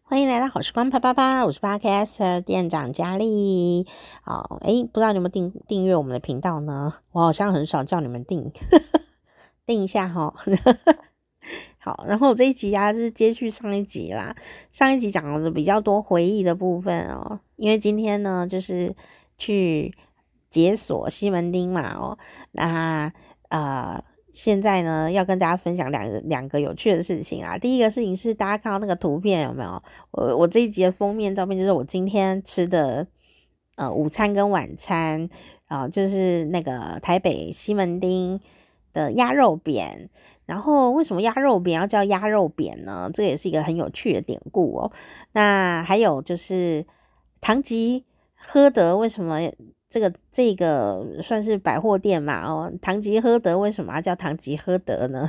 欢迎来到好时光啪啪啪，我是 Podcaster 店长佳丽。不知道你有没有订阅我们的频道呢？我好像很少叫你们订订一下齁。好，然后这一集是接续上一集啦。上一集讲的比较多回忆的部分哦，因为今天呢就是去解锁西门町嘛那现在呢要跟大家分享两个有趣的事情啊。第一个事情是大家看到那个图片有没有？我这一集的封面照片就是我今天吃的午餐跟晚餐就是那个台北西门町的鸭肉扁。然后为什么鸭肉扁要叫鸭肉扁呢？这也是一个很有趣的典故哦。那还有就是唐吉诃德为什么这个算是百货店嘛唐吉诃德为什么要叫唐吉诃德呢？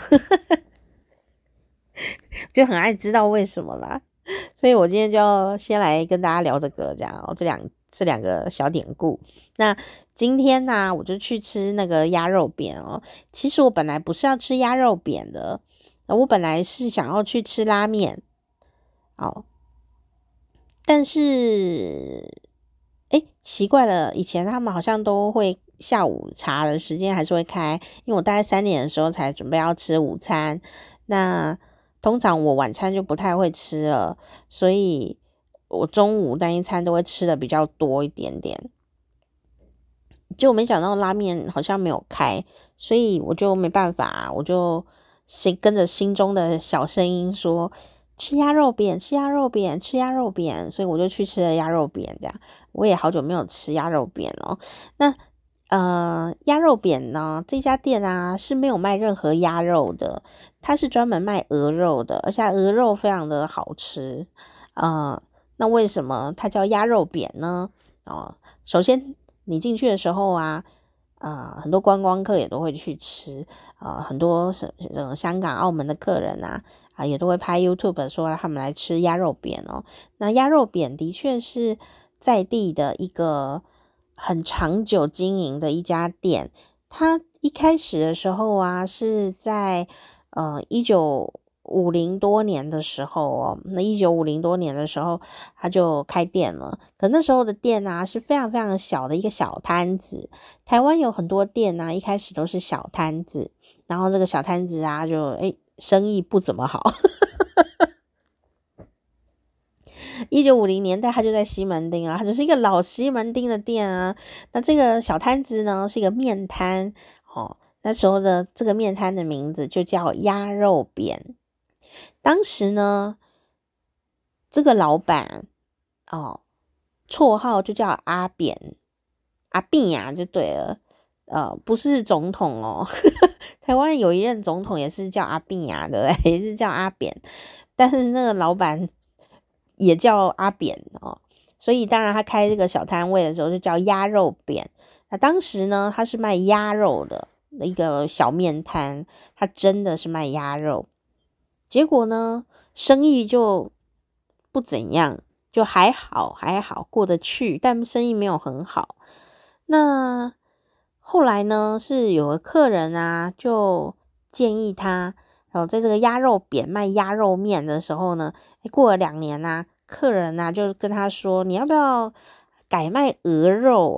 就很爱知道为什么啦。所以我今天就先来跟大家聊这个这样这两个小典故。那今天呢我就去吃那个鸭肉扁其实我本来不是要吃鸭肉扁的，我本来是想要去吃拉面但是奇怪了，以前他们好像都会下午茶的时间还是会开，因为我大概3点的时候才准备要吃午餐，那通常我晚餐就不太会吃了，所以我中午那一餐都会吃的比较多一点点。结果没想到拉面好像没有开，所以我就没办法，我就跟着心中的小声音说吃鸭肉扁，吃鸭肉扁，吃鸭肉扁，所以我就去吃了鸭肉扁这样。我也好久没有吃鸭肉扁那鸭肉扁呢这家店是没有卖任何鸭肉的，它是专门卖鹅肉的，而且鹅肉非常的好吃那为什么它叫鸭肉扁呢首先你进去的时候很多观光客也都会去吃很多香港澳门的客人也都会拍 YouTube 说他们来吃鸭肉扁那鸭肉扁的确是在地的一个很长久经营的一家店。它一开始的时候是在1950多年的时候那1950多年的时候他就开店了。可那时候的店是非常非常小的一个小摊子。台湾有很多店一开始都是小摊子，然后这个小摊子就生意不怎么好。1950年代它就在西门町它就是一个老西门町的店那这个小摊子呢是一个面摊那时候的这个面摊的名字就叫鸭肉扁。当时呢这个老板绰号就叫阿扁，阿扁就对了不是总统台湾有一任总统也是叫阿扁对不对？也是叫阿扁，但是那个老板也叫阿扁所以当然他开这个小摊位的时候就叫鸭肉扁。那当时呢他是卖鸭肉的一个小面摊，他真的是卖鸭肉，结果呢生意就不怎样，就还好过得去，但生意没有很好。那后来呢是有个客人就建议他在这个鸭肉扁卖鸭肉面的时候呢过了2年客人就跟他说你要不要改卖鹅肉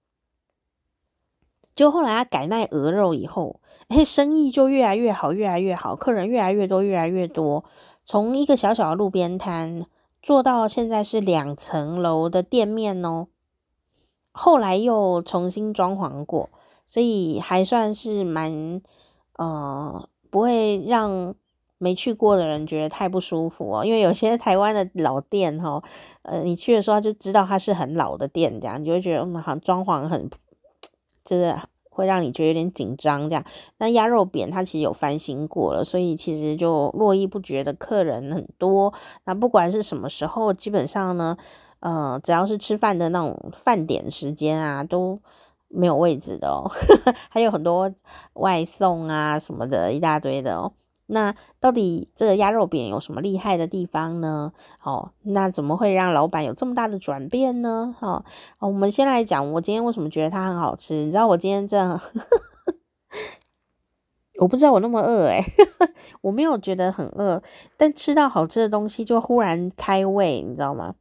就后来他改卖鹅肉以后生意就越来越好，客人越来越多，从一个小小的路边摊做到现在是2层楼的店面后来又重新装潢过，所以还算是蛮不会让没去过的人觉得太不舒服因为有些台湾的老店你去的时候就知道它是很老的店这样，你就会觉得好像装潢很就是会让你觉得有点紧张这样。那鸭肉扁它其实有翻新过了，所以其实就络绎不绝的客人很多。那不管是什么时候基本上呢只要是吃饭的那种饭点时间都没有位置的还有很多外送什么的一大堆的那到底这个鸭肉扁有什么厉害的地方呢那怎么会让老板有这么大的转变呢我们先来讲我今天为什么觉得它很好吃。你知道我今天这样我不知道我那么饿我没有觉得很饿，但吃到好吃的东西就忽然开胃，你知道吗？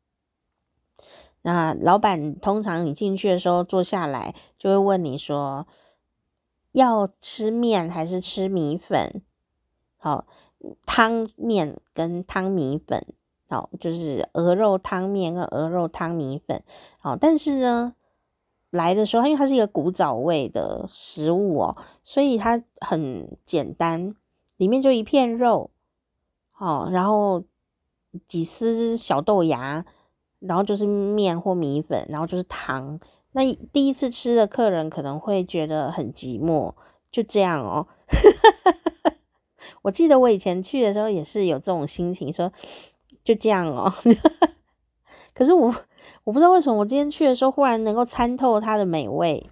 那老板通常你进去的时候坐下来就会问你说要吃面还是吃米粉，好，汤面跟汤米粉，好，就是鹅肉汤面跟鹅肉汤米粉，好，但是呢来的时候因为它是一个古早味的食物所以它很简单，里面就一片肉，好，然后几丝小豆芽，然后就是面或米粉，然后就是汤。那第一次吃的客人可能会觉得很寂寞，就这样我记得我以前去的时候也是有这种心情，说就这样可是我不知道为什么我今天去的时候忽然能够参透它的美味，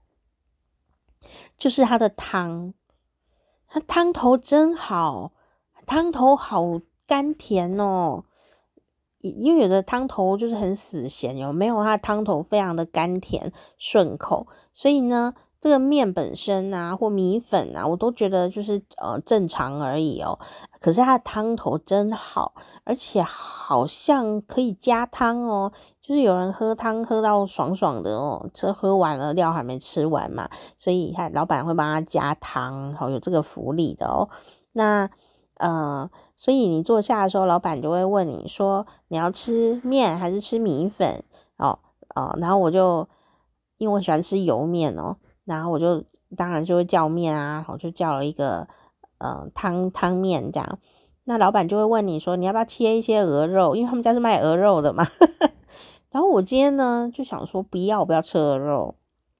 就是它的汤，它汤头真好，汤头好甘甜因为有的汤头就是很死咸，有没有？它的汤头非常的甘甜顺口，所以呢，这个面本身啊或米粉啊，我都觉得就是正常而已可是它的汤头真好，而且好像可以加汤就是有人喝汤喝到爽爽的喝完了料还没吃完嘛，所以老板会帮他加汤，有这个福利的那所以你坐下的时候，老板就会问你说你要吃面还是吃米粉然后我就因为我喜欢吃油面然后我就当然就会叫面啊，我就叫了一个汤面这样。那老板就会问你说你要不要切一些鹅肉，因为他们家是卖鹅肉的嘛然后我今天呢就想说不要吃鹅肉，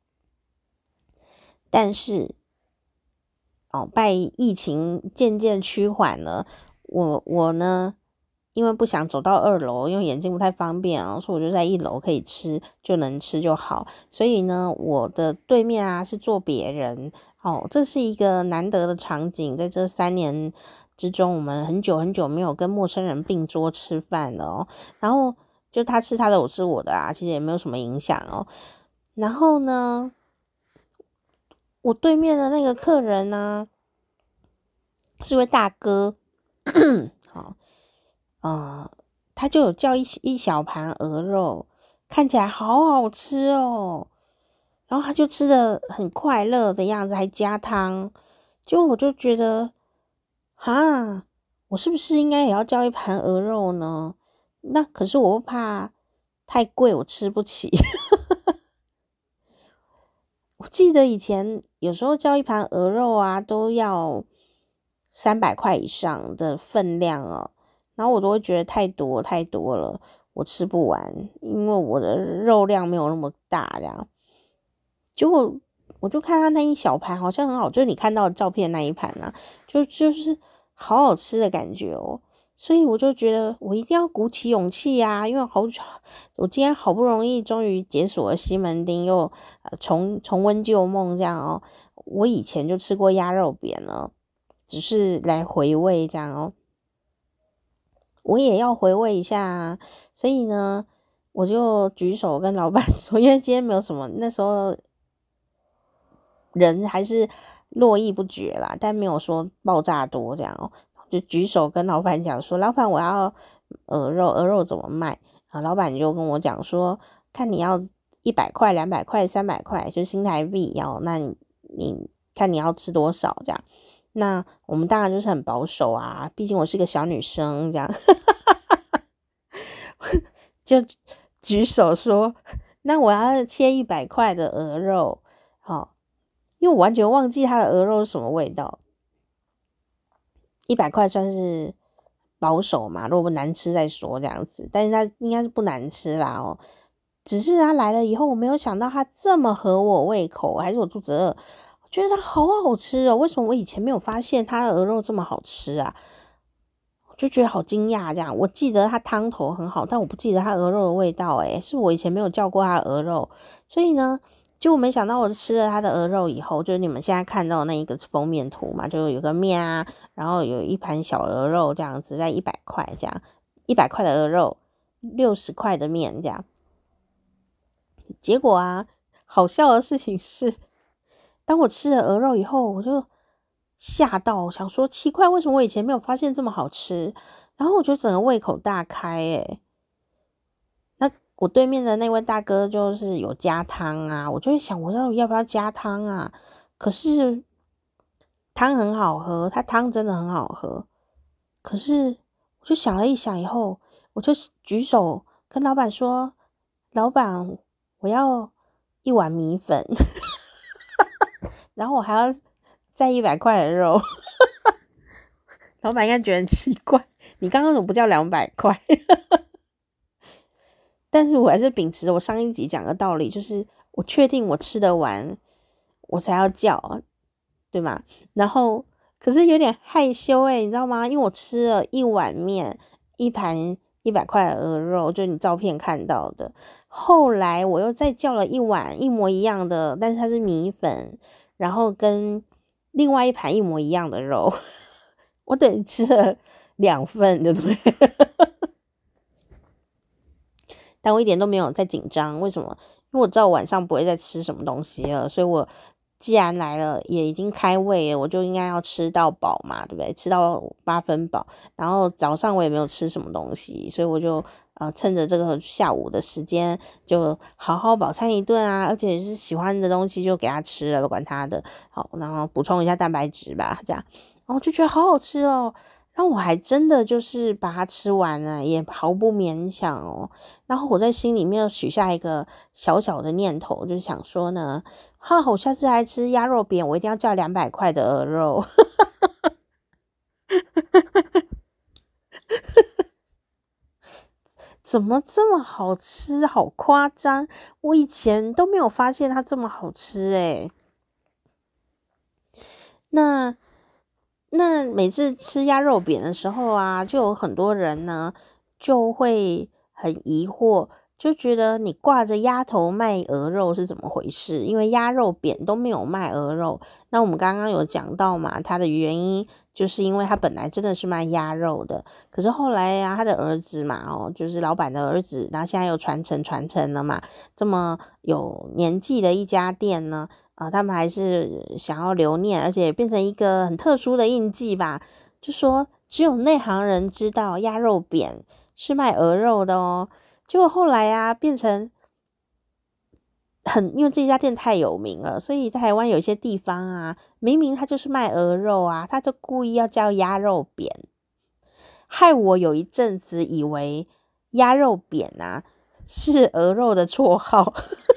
但是拜疫情渐渐趋缓了，我呢因为不想走到2楼，因为眼睛不太方便所以我就在1楼可以吃就能吃就好，所以呢我的对面啊是坐别人这是一个难得的场景，在这3年之中我们很久很久没有跟陌生人并桌吃饭了然后就他吃他的我吃我的啊，其实也没有什么影响然后呢我对面的那个客人呢是位大哥好他就有叫一小盘鹅肉，看起来好好吃然后他就吃的很快乐的样子，还加汤，结果我就觉得我是不是应该也要叫一盘鹅肉呢？那可是我怕太贵我吃不起我记得以前有时候叫一盘鹅肉啊都要300块以上的分量然后我都会觉得太多了，我吃不完，因为我的肉量没有那么大这样。结果我就看他那一小盘好像很好，就是你看到的照片那一盘啊，就是好好吃的感觉所以我就觉得我一定要鼓起勇气啊，因为我今天好不容易终于解锁了西门町，又重温旧梦这样我以前就吃过鸭肉扁了，只是来回味这样我也要回味一下所以呢我就举手跟老板说，因为今天没有什么，那时候人还是络绎不绝啦，但没有说爆炸多这样就举手跟老板讲说，老板我要鹅肉怎么卖老板就跟我讲说，看你要100块200块300块就新台币那你看你要吃多少这样。那我们当然就是很保守啊，毕竟我是个小女生这样就举手说那我要切100块的鹅肉因为我完全忘记它的鹅肉是什么味道，100块算是保守嘛，如果不难吃再说这样子，但是它应该是不难吃啦只是它来了以后我没有想到它这么合我胃口，还是我肚子饿，我觉得它好好吃为什么我以前没有发现它的鹅肉这么好吃啊，我就觉得好惊讶这样。我记得它汤头很好，但我不记得它鹅肉的味道是我以前没有叫过它的鹅肉，所以呢结果没想到我吃了它的鹅肉以后，就是你们现在看到那一个封面图嘛，就有个面啊，然后有一盘小鹅肉这样子，在100块这样，100块的鹅肉60块的面这样。结果好笑的事情是，当我吃了鹅肉以后，我就吓到，想说奇怪，为什么我以前没有发现这么好吃？然后我就整个胃口大开那我对面的那位大哥就是有加汤啊，我就会想我要不要加汤啊？可是汤很好喝，他汤真的很好喝。可是我就想了一想以后，我就举手跟老板说：“老板，我要一碗米粉，然后我还要再100块的肉。”老板应该觉得很奇怪，你刚刚怎么不叫200块？但是我还是秉持我上一集讲的道理，就是我确定我吃得完，我才要叫，对吗？然后可是有点害羞你知道吗？因为我吃了一碗面，一盘100块的鹅肉，就你照片看到的。后来我又再叫了一碗一模一样的，但是它是米粉，然后跟另外一盘一模一样的肉，我等于吃了2份，对不对？但我一点都没有在紧张，为什么？因为我知道晚上不会再吃什么东西了，所以我既然来了，也已经开胃了，我就应该要吃到饱嘛，对不对？吃到8分饱。然后早上我也没有吃什么东西，所以我就趁着这个下午的时间，就好好饱餐一顿啊，而且是喜欢的东西就给他吃了，不管他的好，然后补充一下蛋白质吧，这样，然后就觉得好好吃哦。然后我还真的就是把它吃完了，也毫不勉强哦。然后我在心里面又许下一个小小的念头，就是想说呢，我下次来吃鸭肉扁，我一定要叫200块的鹅肉。怎么这么好吃？好夸张！我以前都没有发现它这么好吃那每次吃鸭肉扁的时候啊，就有很多人呢就会很疑惑，就觉得你挂着鸭头卖鹅肉是怎么回事？因为鸭肉扁都没有卖鹅肉。那我们刚刚有讲到嘛，它的原因就是因为他本来真的是卖鸭肉的，可是后来啊，他的儿子嘛，就是老板的儿子，然后现在又传承了嘛，这么有年纪的一家店呢。他们还是想要留念，而且变成一个很特殊的印记吧。就说只有内行人知道鸭肉扁是卖鹅肉的哦。结果后来啊，变成因为这家店太有名了，所以台湾有些地方啊，明明他就是卖鹅肉啊，他就故意要叫鸭肉扁，害我有一阵子以为鸭肉扁啊是鹅肉的绰号。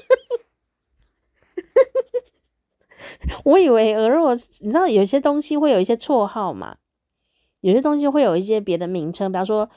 我以为鹅肉，你知道有些东西会有一些绰号嘛，有些东西会有一些别的名称，比方说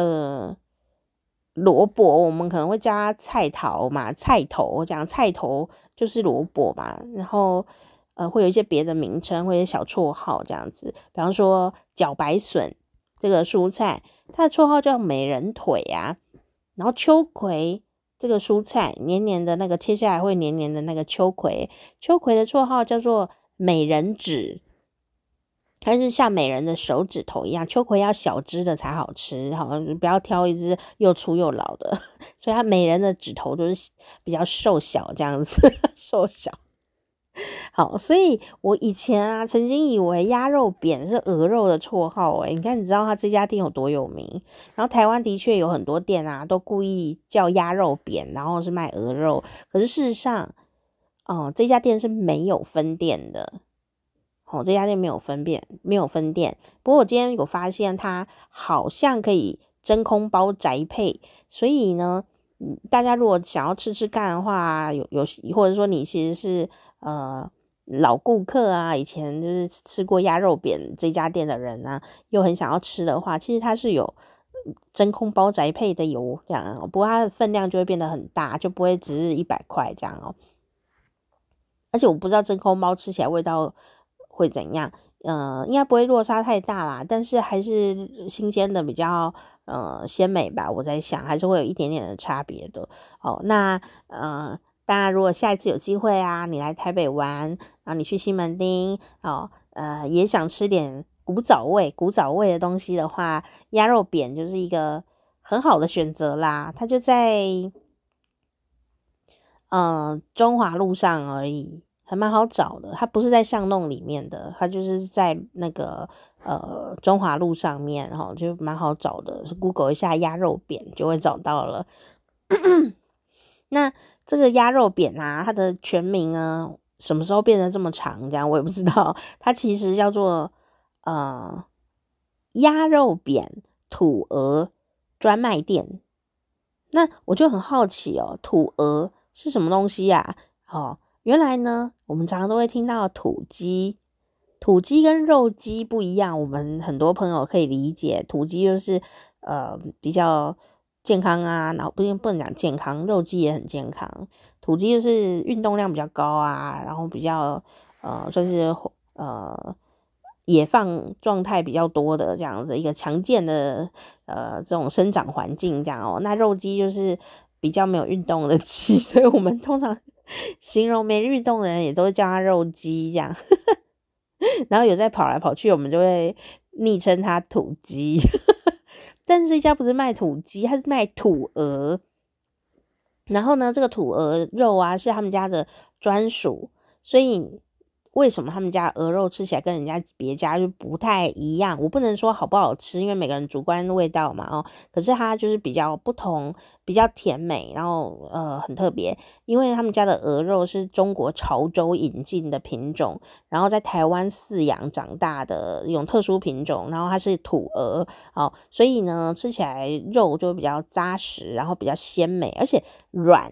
萝卜，我们可能会叫它菜头嘛，菜头讲菜头就是萝卜嘛，然后会有一些别的名称，或者小绰号这样子，比方说茭白笋这个蔬菜，它的绰号叫美人腿啊，然后秋葵这个蔬菜黏黏的那个切下来会黏黏的那个秋葵的绰号叫做美人指，它是像美人的手指头一样，秋葵要小只的才好吃，不要挑一只又粗又老的，所以它美人的指头都是比较瘦小这样子，瘦小。好，所以我以前啊，曾经以为鸭肉扁是鹅肉的绰号你看，你知道他这家店有多有名？然后台湾的确有很多店啊，都故意叫鸭肉扁，然后是卖鹅肉。可是事实上，这家店是没有分店的。这家店没有分店。不过我今天有发现，它好像可以真空包宅配，所以呢，大家如果想要吃吃看的话，或者说你其实是老顾客啊，以前就是吃过鸭肉扁这家店的人啊，又很想要吃的话，其实它是有真空包宅配的这样不过它的分量就会变得很大，就不会只是100块这样而且我不知道真空包吃起来味道会怎样，应该不会落差太大啦，但是还是新鲜的比较鲜美吧，我在想还是会有一点点的差别的。那当然如果下一次有机会啊，你来台北玩，然后你去西门町也想吃点古早味的东西的话，鸭肉扁就是一个很好的选择啦，它就在中华路上而已。 还蛮好找的，它不是在巷弄里面的，它就是在那个中华路上面，就蛮好找的，是 Google 一下鸭肉扁就会找到了。那这个鸭肉扁啊，它的全名呢，什么时候变得这么长？这样我也不知道。它其实叫做鸭肉扁土鹅专卖店。那我就很好奇哦，土鹅是什么东西呀？原来呢，我们常常都会听到土鸡。土鸡跟肉鸡不一样，我们很多朋友可以理解，土鸡就是比较健康啊，然后不能讲健康，肉鸡也很健康。土鸡就是运动量比较高啊，然后比较算是野放状态比较多的这样子一个强健的这种生长环境这样哦。那肉鸡就是比较没有运动的鸡，所以我们通常形容没运动的人也都会叫它肉鸡这样。然后有在跑来跑去，我们就会昵称它土鸡。但是这家不是卖土鸡，它是卖土鹅。然后呢，这个土鹅肉啊是他们家的专属，所以为什么他们家鹅肉吃起来跟人家别家就不太一样？我不能说好不好吃，因为每个人主观味道嘛可是它就是比较不同，比较甜美，然后很特别，因为他们家的鹅肉是中国潮州引进的品种，然后在台湾饲养长大的一种特殊品种，然后它是土鹅所以呢吃起来肉就比较扎实，然后比较鲜美，而且软，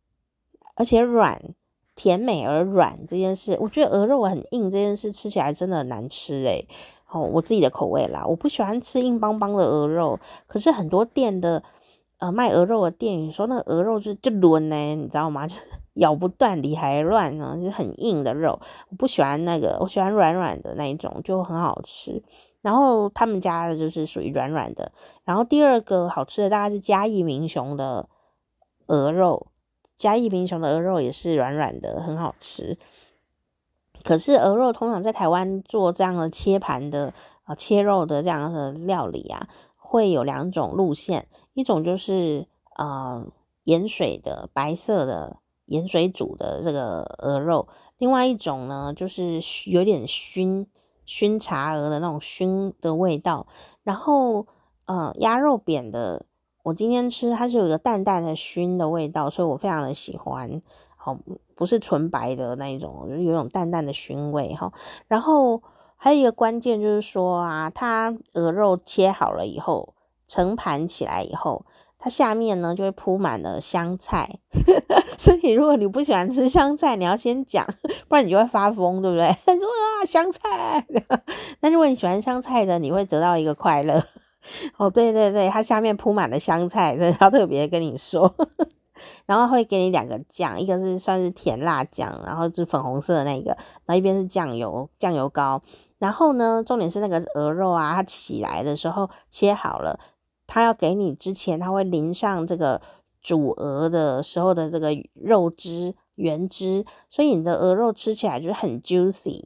甜美而软这件事，我觉得鹅肉很硬这件事吃起来真的很难吃我自己的口味啦，我不喜欢吃硬邦邦的鹅肉，可是很多店的卖鹅肉的店员说那个鹅肉就轮呢，你知道吗？就是咬不断理还乱呢，就是很硬的肉，我不喜欢那个，我喜欢软软的那一种，就很好吃。然后他们家的就是属于软软的，然后第二个好吃的大概是嘉义民雄的鹅肉。嘉义民雄的鹅肉也是软软的，很好吃。可是鹅肉通常在台湾做这样的切盘的切肉的这样的料理啊，会有两种路线，一种就是盐水的白色的盐水煮的这个鹅肉，另外一种呢就是有点熏茶鹅的那种熏的味道。然后鸭肉扁的我今天吃它是有一个淡淡的熏的味道，所以我非常的喜欢。不是纯白的那一种，就是有一种淡淡的熏味然后还有一个关键就是说啊，它鹅肉切好了以后，盛盘起来以后，它下面呢就会铺满了香菜。所以如果你不喜欢吃香菜，你要先讲，不然你就会发疯，对不对？说香菜。那如果你喜欢香菜的，你会得到一个快乐。对对对，它下面铺满了香菜，这要特别跟你说。然后会给你两个酱，一个是算是甜辣酱，然后是粉红色的那个，然后一边是酱油膏。然后呢，重点是那个鹅肉啊，它起来的时候切好了，它要给你之前，它会淋上这个煮鹅的时候的这个肉汁原汁，所以你的鹅肉吃起来就是很 juicy，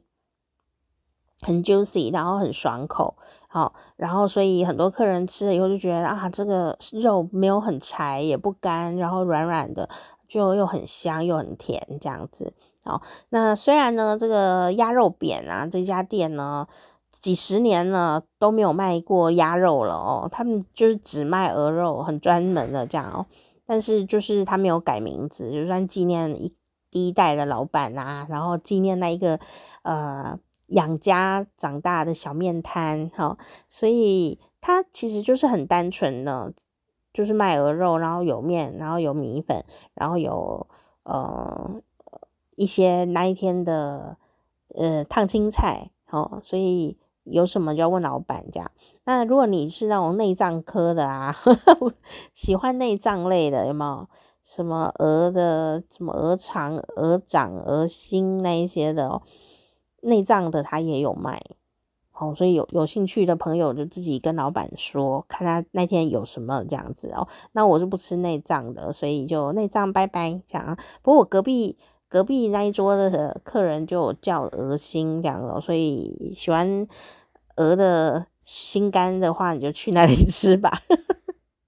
然后很爽口。然后所以很多客人吃了以后就觉得这个肉没有很柴也不干，然后软软的，就又很香又很甜这样子。那虽然呢这个鸭肉扁啊这家店呢几十年了都没有卖过鸭肉了他们就是只卖鹅肉，很专门的这样但是就是他没有改名字，就算纪念第一代的老板啊，然后纪念那一个养家长大的小面摊所以它其实就是很单纯的，就是卖鹅肉，然后有面，然后有米粉，然后有一些那一天的烫青菜所以有什么就要问老板这样。那如果你是那种内脏科的啊喜欢内脏类的，有没有什么鹅的，什么鹅肠、鹅掌、鹅心那一些的内脏的他也有卖所以有兴趣的朋友就自己跟老板说，看他那天有什么这样子那我是不吃内脏的，所以就内脏拜拜这样不过我隔壁那一桌的客人就叫鹅心这样所以喜欢鹅的心肝的话，你就去那里吃吧。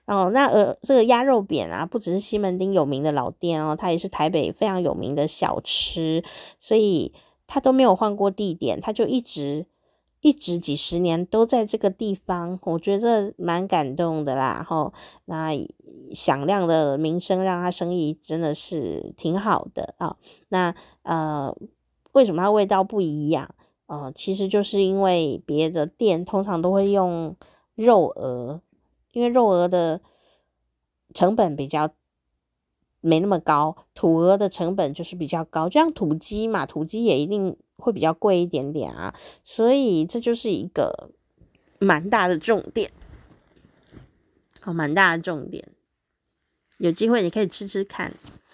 那这个鸭肉扁啊，不只是西门町有名的老店哦，它也是台北非常有名的小吃，所以它都没有换过地点，它就一直几十年都在这个地方，我觉得蛮感动的啦。那响亮的名声让他生意真的是挺好的啊。那为什么它味道不一样？其实就是因为别的店通常都会用肉鹅，因为肉鹅的成本比较没那么高，土鹅的成本就是比较高，就像土鸡嘛，土鸡也一定会比较贵一点点啊，所以这就是一个蛮大的重点，蛮大的重点。有机会你可以吃吃看，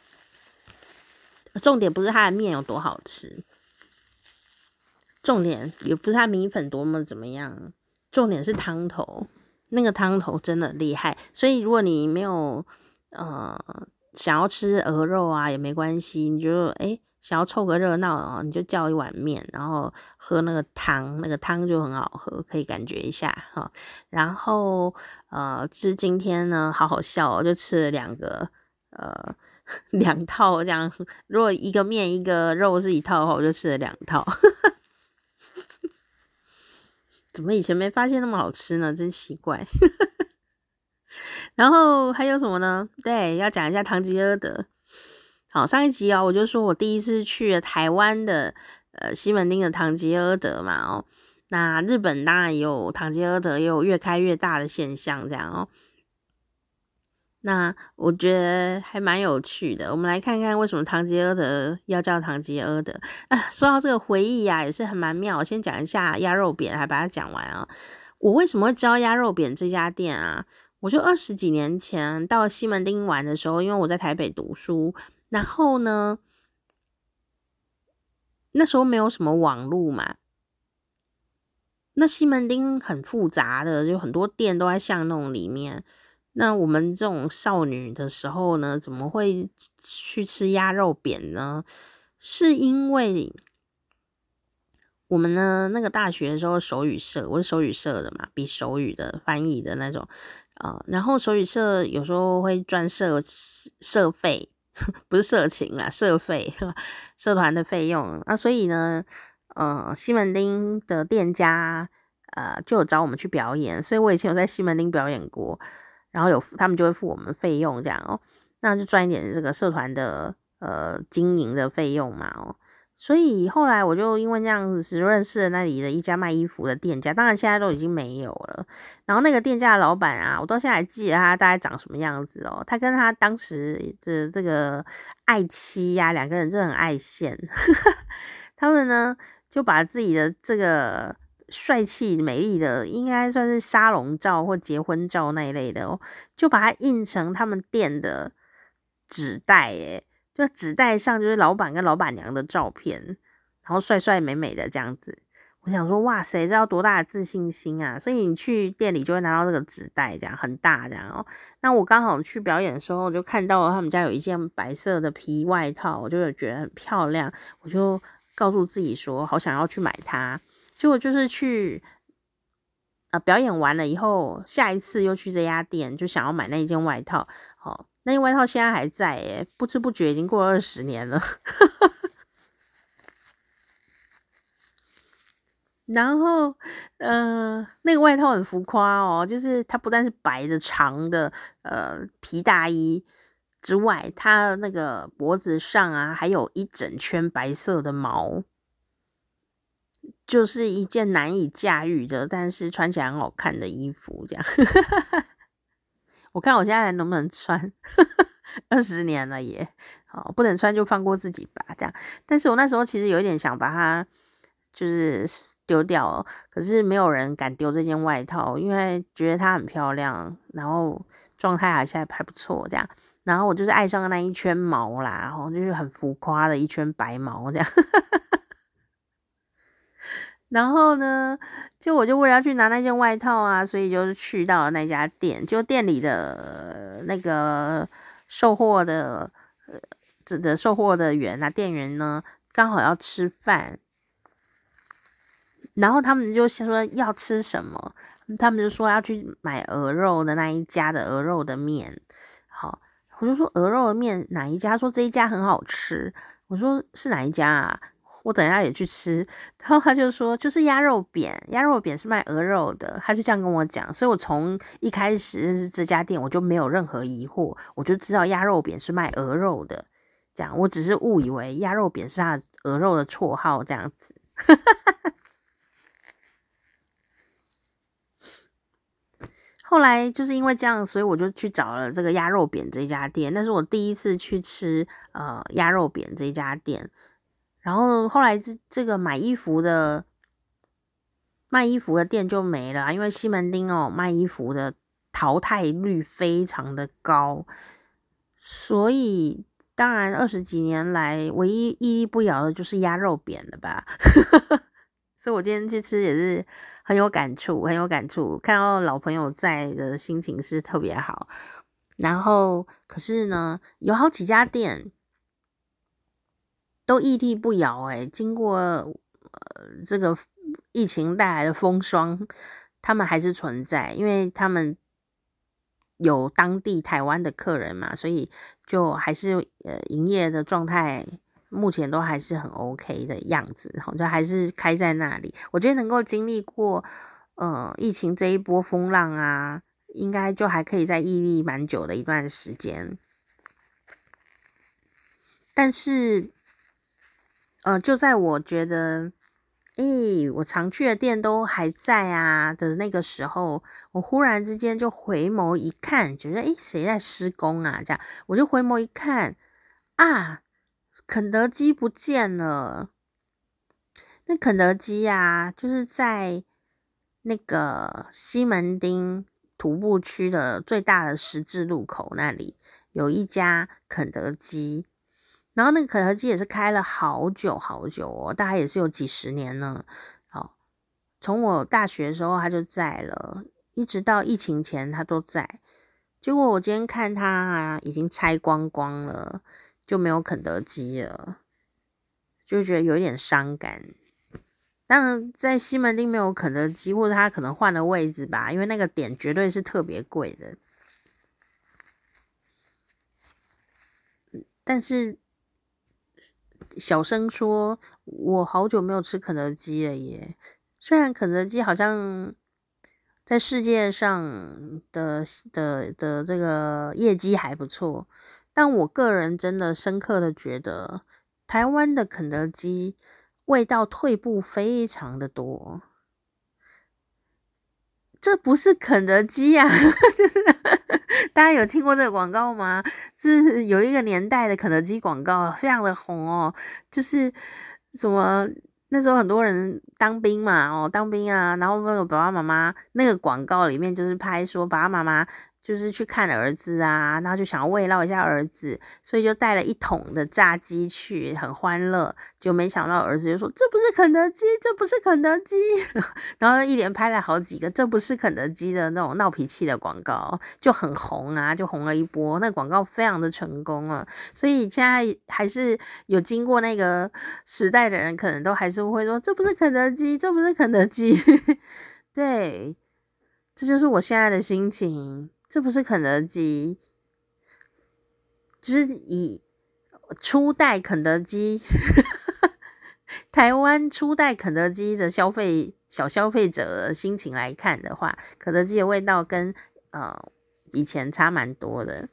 重点不是它的面有多好吃，重点也不是它米粉多么怎么样，重点是汤头，那个汤头真的厉害。所以如果你没有想要吃鹅肉啊也没关系，你就想要凑个热闹你就叫一碗面，然后喝那个汤，那个汤就很好喝，可以感觉一下然后就是今天呢好好笑就吃了2个2套这样，如果一个面一个肉是1套的话，我就吃了2套怎么以前没发现那么好吃呢？真奇怪然后还有什么呢？对，要讲一下唐吉诃德。好，上一集我就说我第一次去了台湾的西门町的唐吉诃德嘛那日本当然也有唐吉诃德，也有越开越大的现象这样那我觉得还蛮有趣的，我们来看看为什么唐吉诃德要叫唐吉诃德说到这个回忆也是很蛮妙。先讲一下鸭肉扁，还把它讲完我为什么会知道鸭肉扁这家店我就20几年前到西门町玩的时候，因为我在台北读书，然后呢那时候没有什么网路嘛，那西门町很复杂的，就很多店都在巷弄里面，那我们这种少女的时候呢，怎么会去吃鸭肉扁呢？是因为我们呢那个大学的时候手语社，我是手语社的嘛，比手语的翻译的那种然后手语社有时候会赚社费不是社情啦，社费社团的费用所以呢西门町的店家就有找我们去表演，所以我以前有在西门町表演过，然后他们就会付我们费用这样那就赚一点这个社团的经营的费用嘛所以后来我就因为这样子认识了那里的一家卖衣服的店家，当然现在都已经没有了。然后那个店家的老板我到现在还记得他大概长什么样子他跟他当时的这个爱妻2个人真的很爱现他们呢就把自己的这个帅气美丽的应该算是沙龙照或结婚照那一类的就把它印成他们店的纸袋就纸袋上就是老板跟老板娘的照片，然后帅帅美美的这样子。我想说哇塞，这要多大的自信心所以你去店里就会拿到这个纸袋，这样很大这样那我刚好去表演的时候就看到他们家有一件白色的皮外套，我就觉得很漂亮，我就告诉自己说好想要去买它。结果就是去表演完了以后，下一次又去这家店就想要买那一件外套那件外套现在还在不知不觉已经过了20年了然后那个外套很浮夸就是它不但是白的长的皮大衣之外，它那个脖子上还有一整圈白色的毛，就是一件难以驾驭的但是穿起来很好看的衣服这样我看我现在能不能穿20年了耶不能穿就放过自己吧这样。但是我那时候其实有一点想把它就是丢掉可是没有人敢丢这件外套，因为觉得它很漂亮，然后状态还不错这样。然后我就是爱上了那一圈毛啦，然后就是很浮夸的一圈白毛这样然后呢我就为了要去拿那件外套所以就去到了那家店，就店里的那个售货的售货的店员呢刚好要吃饭，然后他们就说要吃什么他们就说要去买鹅肉的那一家的鹅肉的面。好，我就说鹅肉的面哪一家？他说这一家很好吃。我说是哪一家啊？我等一下也去吃。然后他就说就是鸭肉扁，鸭肉扁是卖鹅肉的。他就这样跟我讲，所以我从一开始认识这家店，我就没有任何疑惑，我就知道鸭肉扁是卖鹅肉的。这样，我只是误以为鸭肉扁是他鹅肉的绰号这样子。后来就是因为这样，所以我就去找了这个鸭肉扁这一家店，那是我第一次去吃鸭肉扁这一家店。然后后来这个卖衣服的店就没了，因为西门町卖衣服的淘汰率非常的高，所以当然20几年来唯一屹立不摇的就是鸭肉扁了吧。所以我今天去吃也是很有感触，看到老朋友在的心情是特别好。然后可是呢，有好几家店都屹立不摇经过这个疫情带来的风霜，他们还是存在，因为他们有当地台湾的客人嘛，所以就还是营业的状态目前都还是很 OK 的样子，就还是开在那里。我觉得能够经历过疫情这一波风浪啊，应该就还可以再屹立蛮久的一段时间。但是就在我觉得我常去的店都还在啊的那个时候，我忽然之间就回眸一看，觉得谁在施工啊？这样我就回眸一看啊，肯德基不见了。那肯德基啊，就是在那个西门町徒步区的最大的十字路口那里有一家肯德基。然后那个肯德基也是开了好久好久大概也是有几十年了。好，从我大学的时候他就在了，一直到疫情前他都在。结果我今天看他已经拆光光了，就没有肯德基了，就觉得有点伤感。当然在西门町没有肯德基，或者他可能换了位置吧，因为那个点绝对是特别贵的。但是小声说，我好久没有吃肯德基了耶。虽然肯德基好像在世界上的这个业绩还不错，但我个人真的深刻的觉得，台湾的肯德基味道退步非常的多。这不是肯德基啊。就是大家有听过这个广告吗？就是有一个年代的肯德基广告非常的红就是什么那时候很多人当兵嘛当兵啊，然后那个爸爸妈妈那个广告里面就是拍说爸爸妈妈就是去看儿子啊，然后就想要慰劳一下儿子，所以就带了一桶的炸鸡去，很欢乐。就没想到儿子就说这不是肯德基，这不是肯德基。然后一连拍了好几个这不是肯德基的那种闹脾气的广告，就很红啊，就红了一波。那广告非常的成功啊，所以现在还是有经过那个时代的人，可能都还是会说这不是肯德基，这不是肯德基。对，这就是我现在的心情。这不是肯德基，就是以初代肯德基台湾初代肯德基的小消费者的心情来看的话，肯德基的味道跟以前差蛮多的，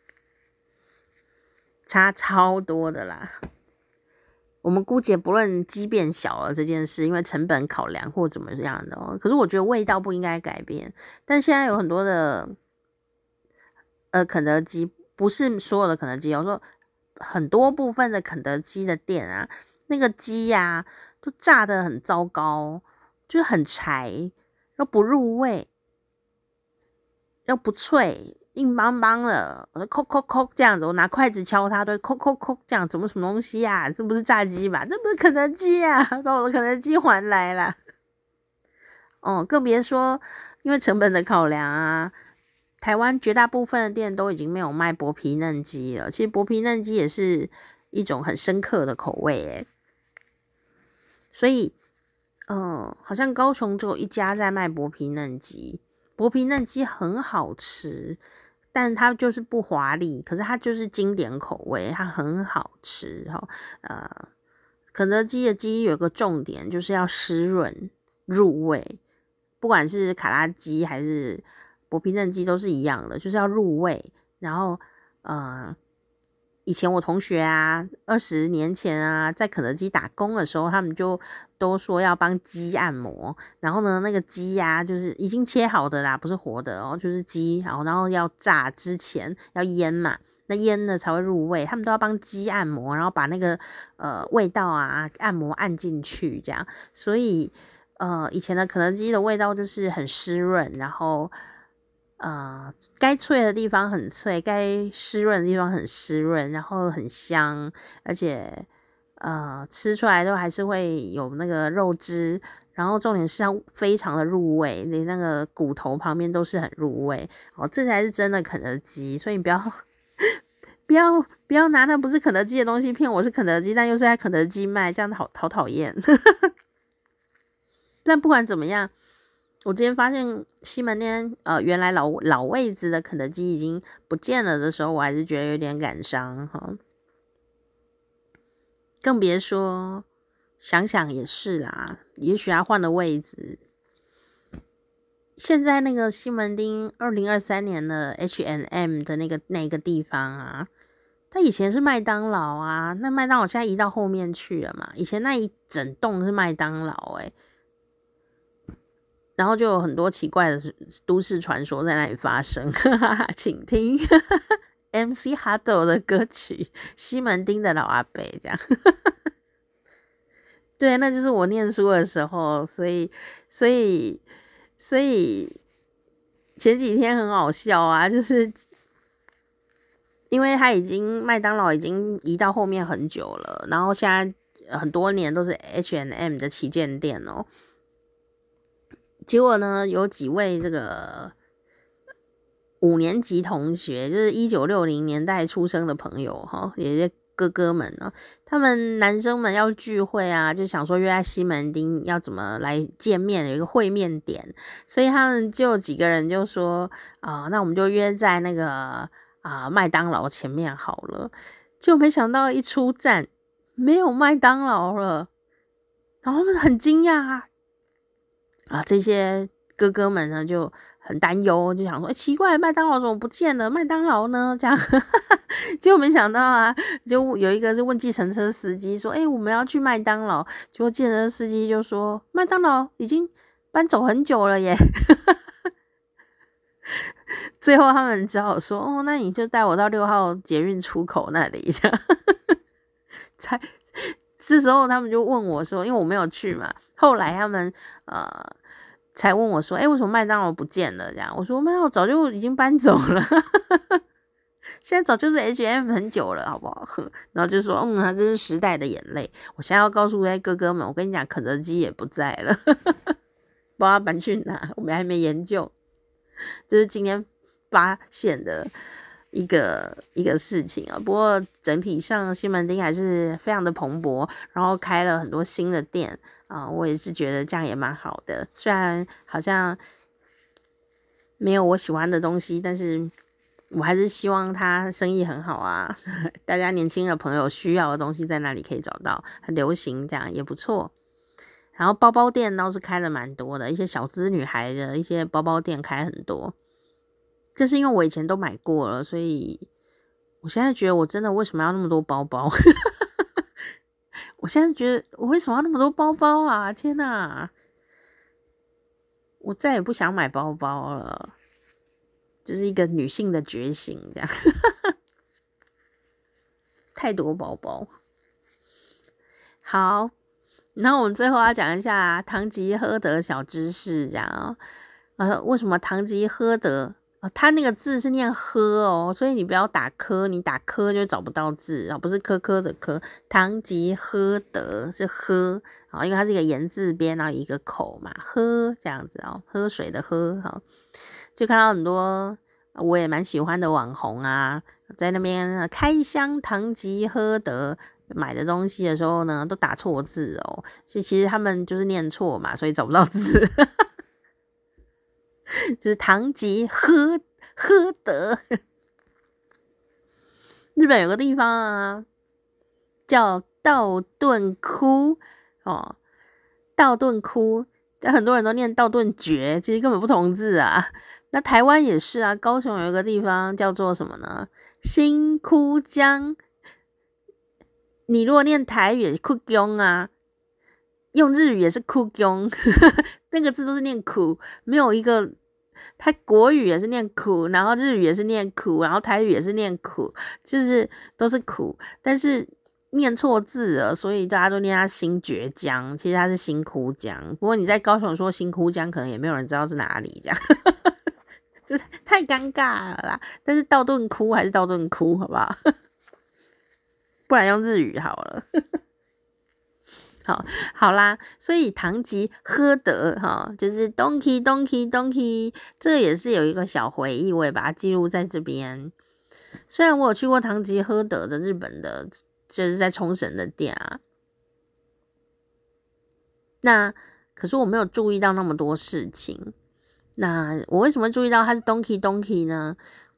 差超多的啦。我们姑且不论鸡变小了这件事，因为成本考量或怎么样的可是我觉得味道不应该改变。但现在有很多的肯德基，不是所有的肯德基，我说很多部分的肯德基的店啊，那个鸡啊就炸得很糟糕，就是很柴，又不入味，又不脆，硬邦邦的，我扣扣扣这样子，我拿筷子敲它，对，扣扣扣这样，怎么什么东西啊？这不是炸鸡吧？这不是肯德基啊！把我的肯德基还来啦。更别说因为成本的考量啊，台湾绝大部分的店都已经没有卖薄皮嫩鸡了。其实薄皮嫩鸡也是一种很深刻的口味所以好像高雄只有一家在卖薄皮嫩鸡，薄皮嫩鸡很好吃，但它就是不华丽，可是它就是经典口味，它很好吃肯德基的鸡有个重点，就是要湿润入味，不管是卡拉鸡还是薄皮嫩鸡都是一样的，就是要入味。然后以前我同学啊，20年前啊，在肯德基打工的时候，他们就都说要帮鸡按摩。然后呢，那个鸡啊，就是已经切好的啦，不是活的哦，就是鸡。然后要炸之前要腌嘛，那腌了才会入味。他们都要帮鸡按摩，然后把那个味道啊按摩按进去，这样。所以以前的肯德基的味道就是很湿润，然后该脆的地方很脆，该湿润的地方很湿润，然后很香，而且吃出来都还是会有那个肉汁，然后重点是它非常的入味，连那个骨头旁边都是很入味这才是真的肯德基。所以你不要不要拿那不是肯德基的东西骗我是肯德基，但又是在肯德基卖，这样好讨厌。但不管怎么样，我今天发现西门町原来老位置的肯德基已经不见了的时候，我还是觉得有点感伤哈。更别说想想也是啦，也许他换了位置。现在那个西门町2023年的 H&M 的那个地方啊，它以前是麦当劳啊，那麦当劳现在移到后面去了嘛，以前那一整栋是麦当劳然后就有很多奇怪的都市传说在那里发生，请听MC Hado 的歌曲《西门町的老阿伯》这样。对，那就是我念书的时候，所以前几天很好笑啊，就是因为麦当劳已经移到后面很久了，然后现在很多年都是 H&M 的旗舰店结果呢，有几位这个5年级同学，就是1960年代出生的朋友有些哥哥们他们男生们要聚会啊，就想说约在西门町要怎么来见面，有一个会面点，所以他们就几个人就说那我们就约在那个麦当劳前面好了。结果没想到一出站没有麦当劳了，然后他们很惊讶这些哥哥们呢就很担忧，就想说奇怪，麦当劳怎么不见了？麦当劳呢？这样结果没想到就有一个是问计程车司机说我们要去麦当劳，结果计程车司机就说麦当劳已经搬走很久了耶。最后他们只好说那你就带我到6号捷运出口那里这样。这时候他们就问我说，因为我没有去嘛，后来他们才问我说为什么麦当劳不见了这样。我说麦当劳早就已经搬走了。现在早就是 H&M 很久了好不好。然后就说它这是时代的眼泪。我现在要告诉哥哥们，我跟你讲肯德基也不在了。不知道搬去哪，我们还没研究，就是今天发现的一个事情不过整体上西门町还是非常的蓬勃，然后开了很多新的店我也是觉得这样也蛮好的。虽然好像没有我喜欢的东西，但是我还是希望他生意很好大家年轻的朋友需要的东西在那里可以找到，很流行，这样也不错。然后包包店倒是开了蛮多的，一些小资女孩的一些包包店开很多。这是因为我以前都买过了，所以我现在觉得我真的为什么要那么多包包？我现在觉得我为什么要那么多包包啊？天哪！我再也不想买包包了，就是一个女性的觉醒，这样。太多包包。好，然后我们最后要讲一下堂吉诃德小知识，这样为什么堂吉诃德？它那个字是念喝所以你不要打科，你打科就找不到字不是科科的科。堂吉诃德是喝因为它是一个言字边，然后一个口嘛，喝这样子喝水的喝就看到很多我也蛮喜欢的网红在那边开箱堂吉诃德买的东西的时候呢，都打错字哦。其实他们就是念错嘛，所以找不到字。就是唐吉诃德。日本有个地方啊，叫道顿窟哦，道顿窟，但很多人都念道顿崛，其实根本不同字啊。那台湾也是啊，高雄有一个地方叫做什么呢？新窟江。你如果念台语也是窟江啊，用日语也是窟江，那个字都是念苦，没有一个。他国语也是念苦，然后日语也是念苦，然后台语也是念苦，就是都是苦，但是念错字了，所以大家都念它新崛江，其实它是新窟江。不过你在高雄说新窟江，可能也没有人知道是哪里，这样就是太尴尬了啦。但是道顿窟还是道顿窟，好不好？不然用日语好了。好啦，所以唐吉诃德就是 Donkey， 这个也是有一个小回忆，我也把它记录在这边。虽然我有去过唐吉诃德的日本的，就是在冲绳的店啊，那可是我没有注意到那么多事情。那我为什么注意到它是 Donkey 呢？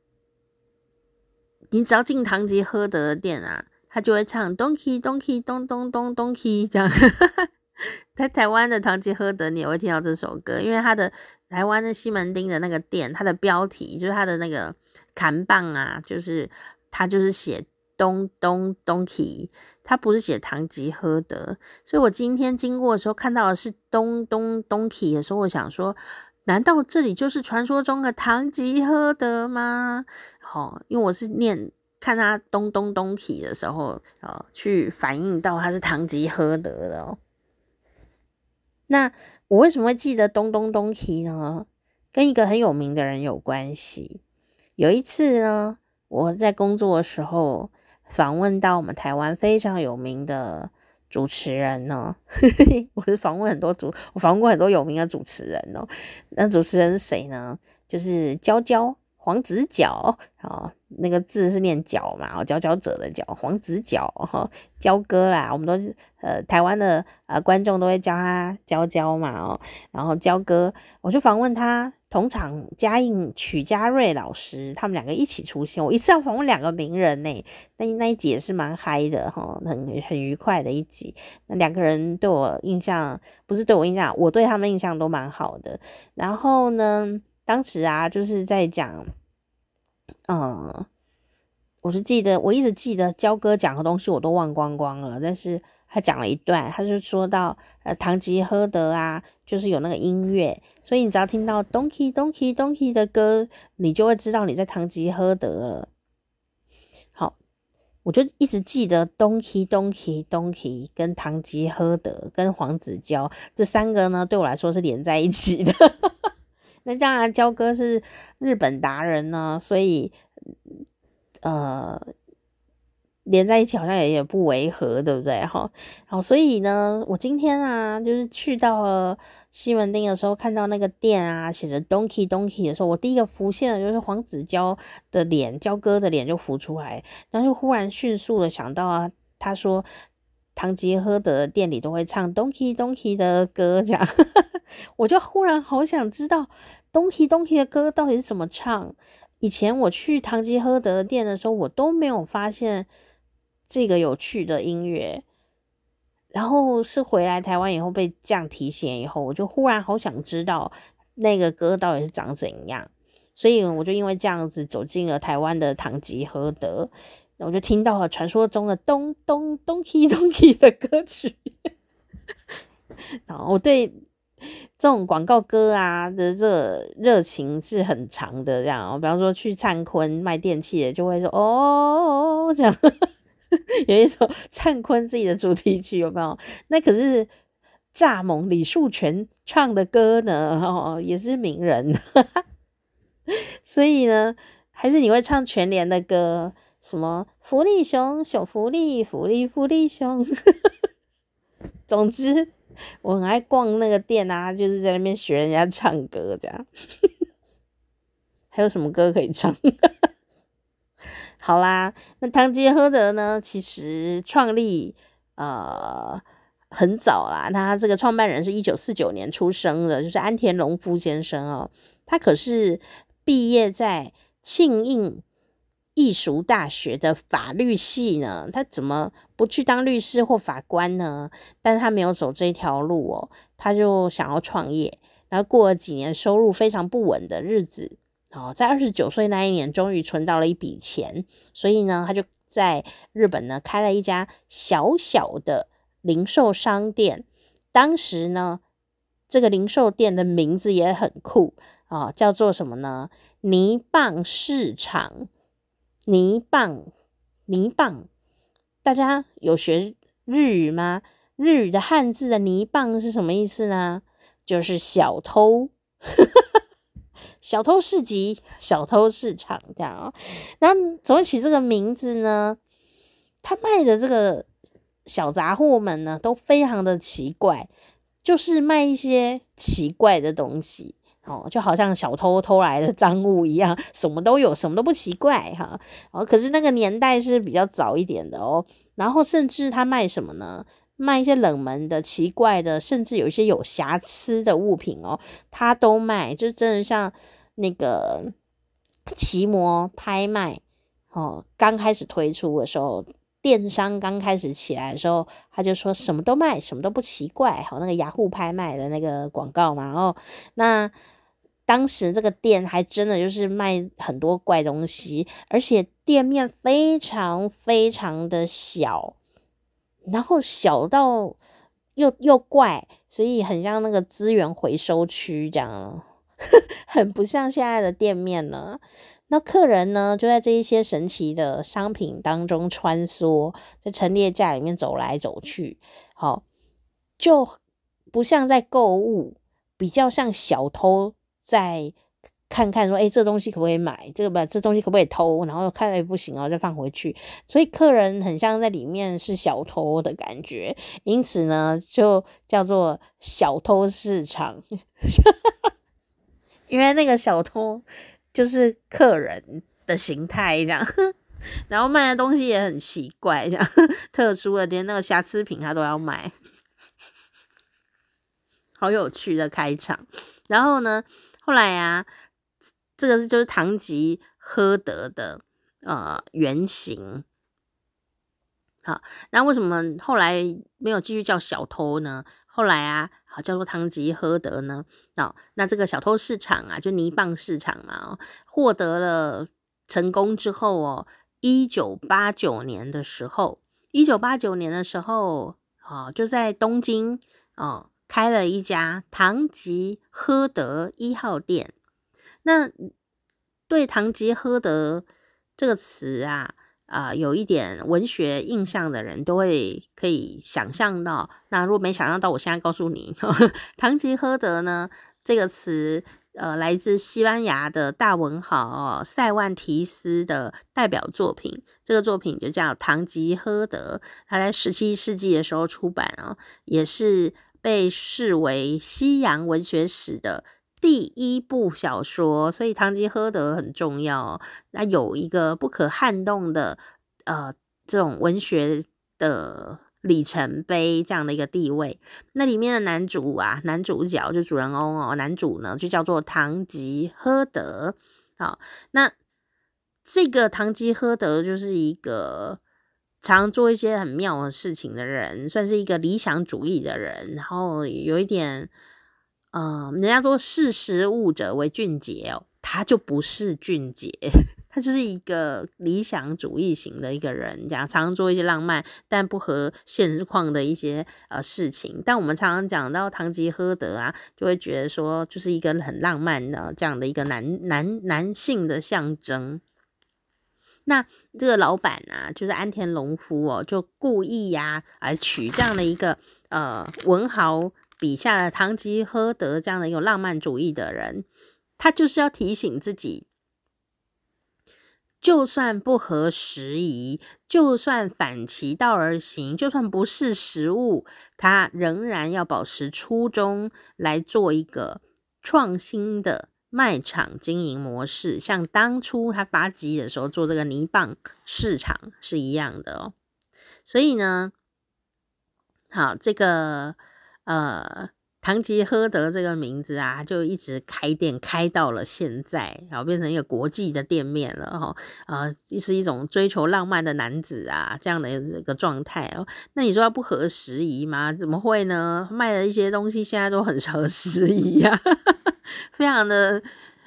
你只要进唐吉诃德的店啊，他就会唱 Donkey 咚咚咚 Donkey 这样。在台湾的唐吉诃德你也会听到这首歌，因为他的台湾的西门町的那个店，它的标题就是他的那个看板啊，就是他就是写东 Donkey， 他不是写唐吉诃德。所以我今天经过的时候看到的是东 Donkey 的时候，我想说，难道这里就是传说中的唐吉诃德吗？因为我是看他东 Donkey 的时候，去反映到他是唐吉诃德的哦。那我为什么会记得东 Donkey 呢？跟一个很有名的人有关系。有一次呢，我在工作的时候访问到我们台湾非常有名的主持人呢。我访问过很多有名的主持人哦。那主持人是谁呢？就是娇娇。黄子佼那个字是念佼嘛，佼佼者的佼，黄子佼佼哥啦，我们都台湾的观众都会叫他佼佼嘛然后佼哥，我就访问他，同场加映曲家瑞老师，他们两个一起出现，我一次要访问2个名人呢，那一集也是蛮嗨的很愉快的一集。那2个人对我印象，不是对我印象，我对他们印象都蛮好的。然后呢，当时啊，就是在讲，我一直记得焦哥讲的东西我都忘光光了，但是他讲了一段，他就说到唐吉诃德啊，就是有那个音乐，所以你只要听到 Donkey 的歌，你就会知道你在唐吉诃德了。好，我就一直记得 Donkey 跟唐吉诃德跟黄子佼这3个呢，对我来说是连在一起的。那当然焦哥是日本达人呢，所以连在一起好像也不违和，对不对好，所以呢，我今天啊，就是去到了西门町的时候，看到那个店啊写着 Donkey 的时候，我第一个浮现的就是黄子佼的脸，焦哥的脸就浮出来，然后就忽然迅速的想到啊，他说唐吉诃德的店里都会唱 Donkey 的歌这样。我就忽然好想知道 Donkey 的歌到底是怎么唱。以前我去唐吉诃德店的时候，我都没有发现这个有趣的音乐，然后是回来台湾以后被这样提醒以后，我就忽然好想知道那个歌到底是长怎样。所以我就因为这样子走进了台湾的唐吉诃德，我就听到了传说中的Donkey 的歌曲。然后我对这种广告歌啊的这个热情是很长的，这样比方说去灿坤卖电器的就会说这样。有一首灿坤自己的主题曲有没有？那可是蚱蜢李树全唱的歌呢也是名人。所以呢，还是你会唱全联的歌，什么福利熊福利熊。总之我很爱逛那个店啊，就是在那边学人家唱歌这样。还有什么歌可以唱？ 好啦，那堂吉诃德呢，其实创立很早啦，他这个创办人是1949年出生的，就是安田隆夫先生哦。他可是毕业在庆应艺术大学的法律系呢，他怎么不去当律师或法官呢？但是他没有走这条路哦，他就想要创业。然后过了几年收入非常不稳的日子，在29岁那一年终于存到了一笔钱，所以呢他就在日本呢开了一家小小的零售商店。当时呢这个零售店的名字也很酷叫做什么呢？泥棒市场。泥棒，大家有学日语吗？日语的汉字的泥棒是什么意思呢？就是小偷小偷市集、小偷市场这样哦。然后怎么取这个名字呢？他卖的这个小杂货们呢都非常的奇怪，就是卖一些奇怪的东西就好像小偷偷来的赃物一样，什么都有，什么都不奇怪可是那个年代是比较早一点的哦。然后甚至他卖什么呢？卖一些冷门的、奇怪的，甚至有一些有瑕疵的物品他都卖，就真的像那个奇摩拍卖刚开始推出的时候，电商刚开始起来的时候，他就说什么都卖，什么都不奇怪那个雅虎拍卖的那个广告嘛那当时这个店还真的就是卖很多怪东西，而且店面非常非常的小，然后小到又怪，所以很像那个资源回收区这样很不像现在的店面呢。那客人呢就在这一些神奇的商品当中穿梭，在陈列架里面走来走去就不像在购物，比较像小偷在看看说这东西可不可以买，这东西可不可以偷，然后看不行再放回去，所以客人很像在里面是小偷的感觉，因此呢就叫做小偷市场因为那个小偷就是客人的形态这样然后卖的东西也很奇怪这样特殊的，连那个瑕疵品他都要卖好有趣的开场。然后呢后来这个就是堂吉诃德的原型好，那为什么后来没有继续叫小偷呢？后来叫做堂吉诃德呢那这个小偷市场就泥棒市场嘛获得了成功之后1989年的时候就在东京开了一家堂吉诃德1号店。那对堂吉诃德这个词有一点文学印象的人都会可以想象到，那如果没想象到，我现在告诉你堂吉诃德呢这个词来自西班牙的大文豪塞万提斯的代表作品，这个作品就叫《堂吉诃德》，他在17世纪的时候出版也是被视为西洋文学史的第1部小说，所以堂吉诃德很重要那有一个不可撼动的这种文学的里程碑这样的一个地位。那里面的男主角就主人翁男主呢就叫做堂吉诃德那这个堂吉诃德就是一个常做一些很妙的事情的人，算是一个理想主义的人，然后有一点人家说识时务者为俊杰他就不是俊杰他就是一个理想主义型的一个人，这样常常做一些浪漫但不合现况的一些事情。但我们常常讲到堂吉诃德就会觉得说就是一个很浪漫的这样的一个男性的象征。那这个老板就是安田隆夫就故意来取这样的一个文豪笔下的堂吉诃德这样的一个浪漫主义的人，他就是要提醒自己，就算不合时宜，就算反其道而行，就算不是时务，他仍然要保持初衷，来做一个创新的卖场经营模式，像当初他发迹的时候做这个泥棒市场是一样的哦。所以呢，好，这个唐吉诃德这个名字啊，就一直开店开到了现在，然后变成一个国际的店面了是一种追求浪漫的男子啊这样的一个状态哦。那你说他不合时宜吗？怎么会呢？卖的一些东西现在都很合时宜啊，非常的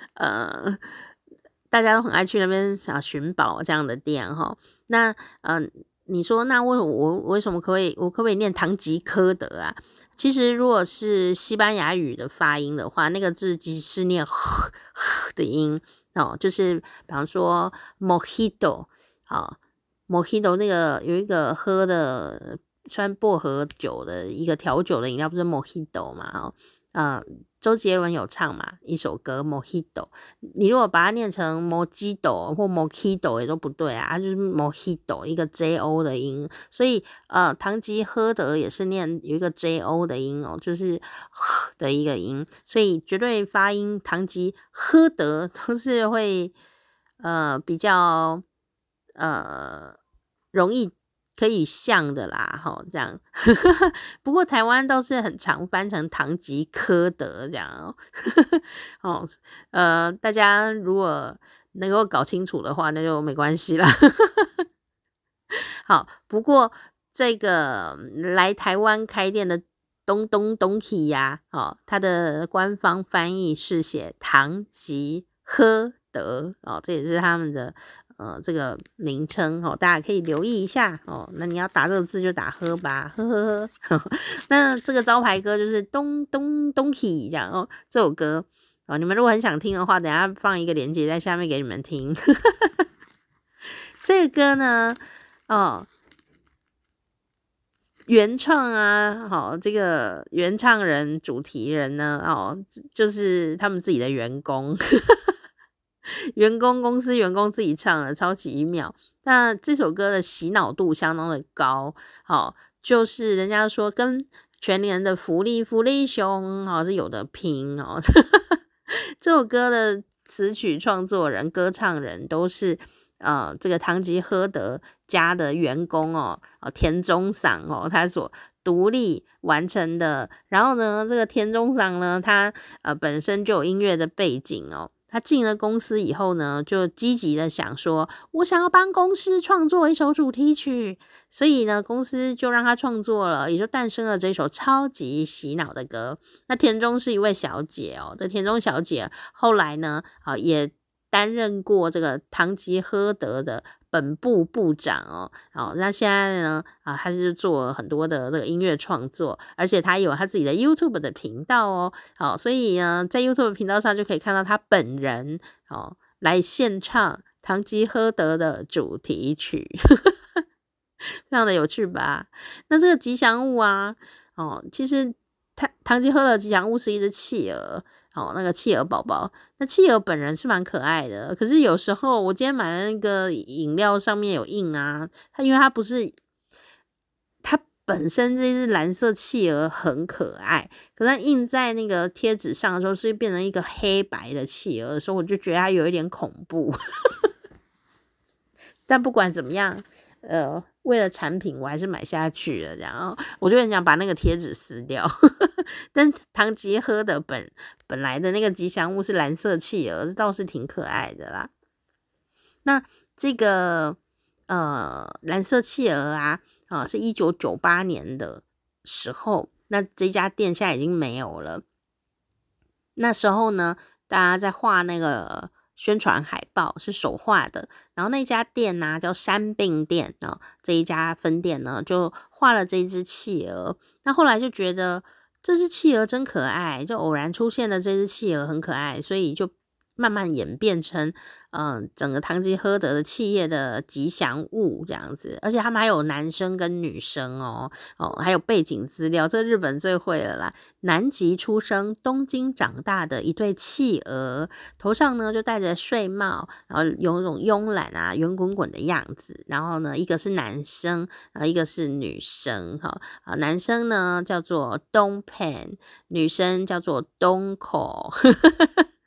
大家都很爱去那边寻宝这样的店哈。那你说那我为什么我可不可以念唐吉诃德啊？其实如果是西班牙语的发音的话，那个字是念呵的音就是比方说 mojito mojito 那个有一个喝的酸薄荷酒的一个调酒的饮料，不是 mojito 嘛周杰伦有唱嘛一首歌 Mojito， 你如果把它念成 Mojito 或 Mojito 也都不对啊，它就是 Mojito 一个 JO 的音，所以唐吉诃德也是念有一个 JO 的音就是的一个音，所以绝对发音唐吉诃德都是会比较容易可以像的啦这样不过台湾倒是很常翻成唐吉诃德这样大家如果能够搞清楚的话那就没关系啦好，不过这个来台湾开店的东起呀它的官方翻译是写唐吉诃德这也是他们的这个名称大家可以留意一下那你要打这个字就打喝吧，呵那这个招牌歌就是东起这样这首歌你们如果很想听的话，等一下放一个连结在下面给你们听这个歌呢原创啊这个原唱人主题人呢就是他们自己的员工公司员工自己唱的，超级妙。那这首歌的洗脑度相当的高就是人家说跟全联的福利熊是有的拼这首歌的词曲创作人歌唱人都是这个唐吉诃德家的员工田中桑他所独立完成的。然后呢这个田中桑呢他本身就有音乐的背景他进了公司以后呢就积极的想说我想要帮公司创作一首主题曲，所以呢公司就让他创作了，也就诞生了这首超级洗脑的歌。那田中是一位小姐这田中小姐后来呢也担任过这个唐吉诃德的本部部长那现在呢他就做很多的这个音乐创作，而且他有他自己的 YouTube 的频道所以呢在 YouTube 频道上就可以看到他本人来献唱唐吉诃德的主题曲非常的有趣吧。那这个吉祥物其实唐吉诃德的吉祥物是一只企鹅那个企鹅宝宝，那企鹅本人是蛮可爱的，可是有时候我今天买的那个饮料上面有印它因为它不是它本身这只蓝色企鹅很可爱，可是它印在那个贴纸上的时候是变成一个黑白的企鹅的时候，我就觉得它有一点恐怖但不管怎么样为了产品我还是买下去了，然后我就很想把那个贴纸撕掉但唐吉诃德本来的那个吉祥物是蓝色企鹅，这倒是挺可爱的啦。那这个蓝色企鹅是1998年的时候，那这家店现在已经没有了。那时候呢大家在画那个宣传海报是手画的，然后那家店叫山病店这一家分店呢就画了这一只企鹅。那后来就觉得这只企鹅真可爱，就偶然出现的这只企鹅很可爱，所以就慢慢演变成整个唐吉诃德的企业的吉祥物这样子。而且他们还有男生跟女生还有背景资料，这日本最会了啦。南极出生东京长大的一对企鹅，头上呢就戴着睡帽，然后有一种慵懒圆滚滚的样子。然后呢一个是男生一个是女生男生呢叫做东 pen， 女生叫做东口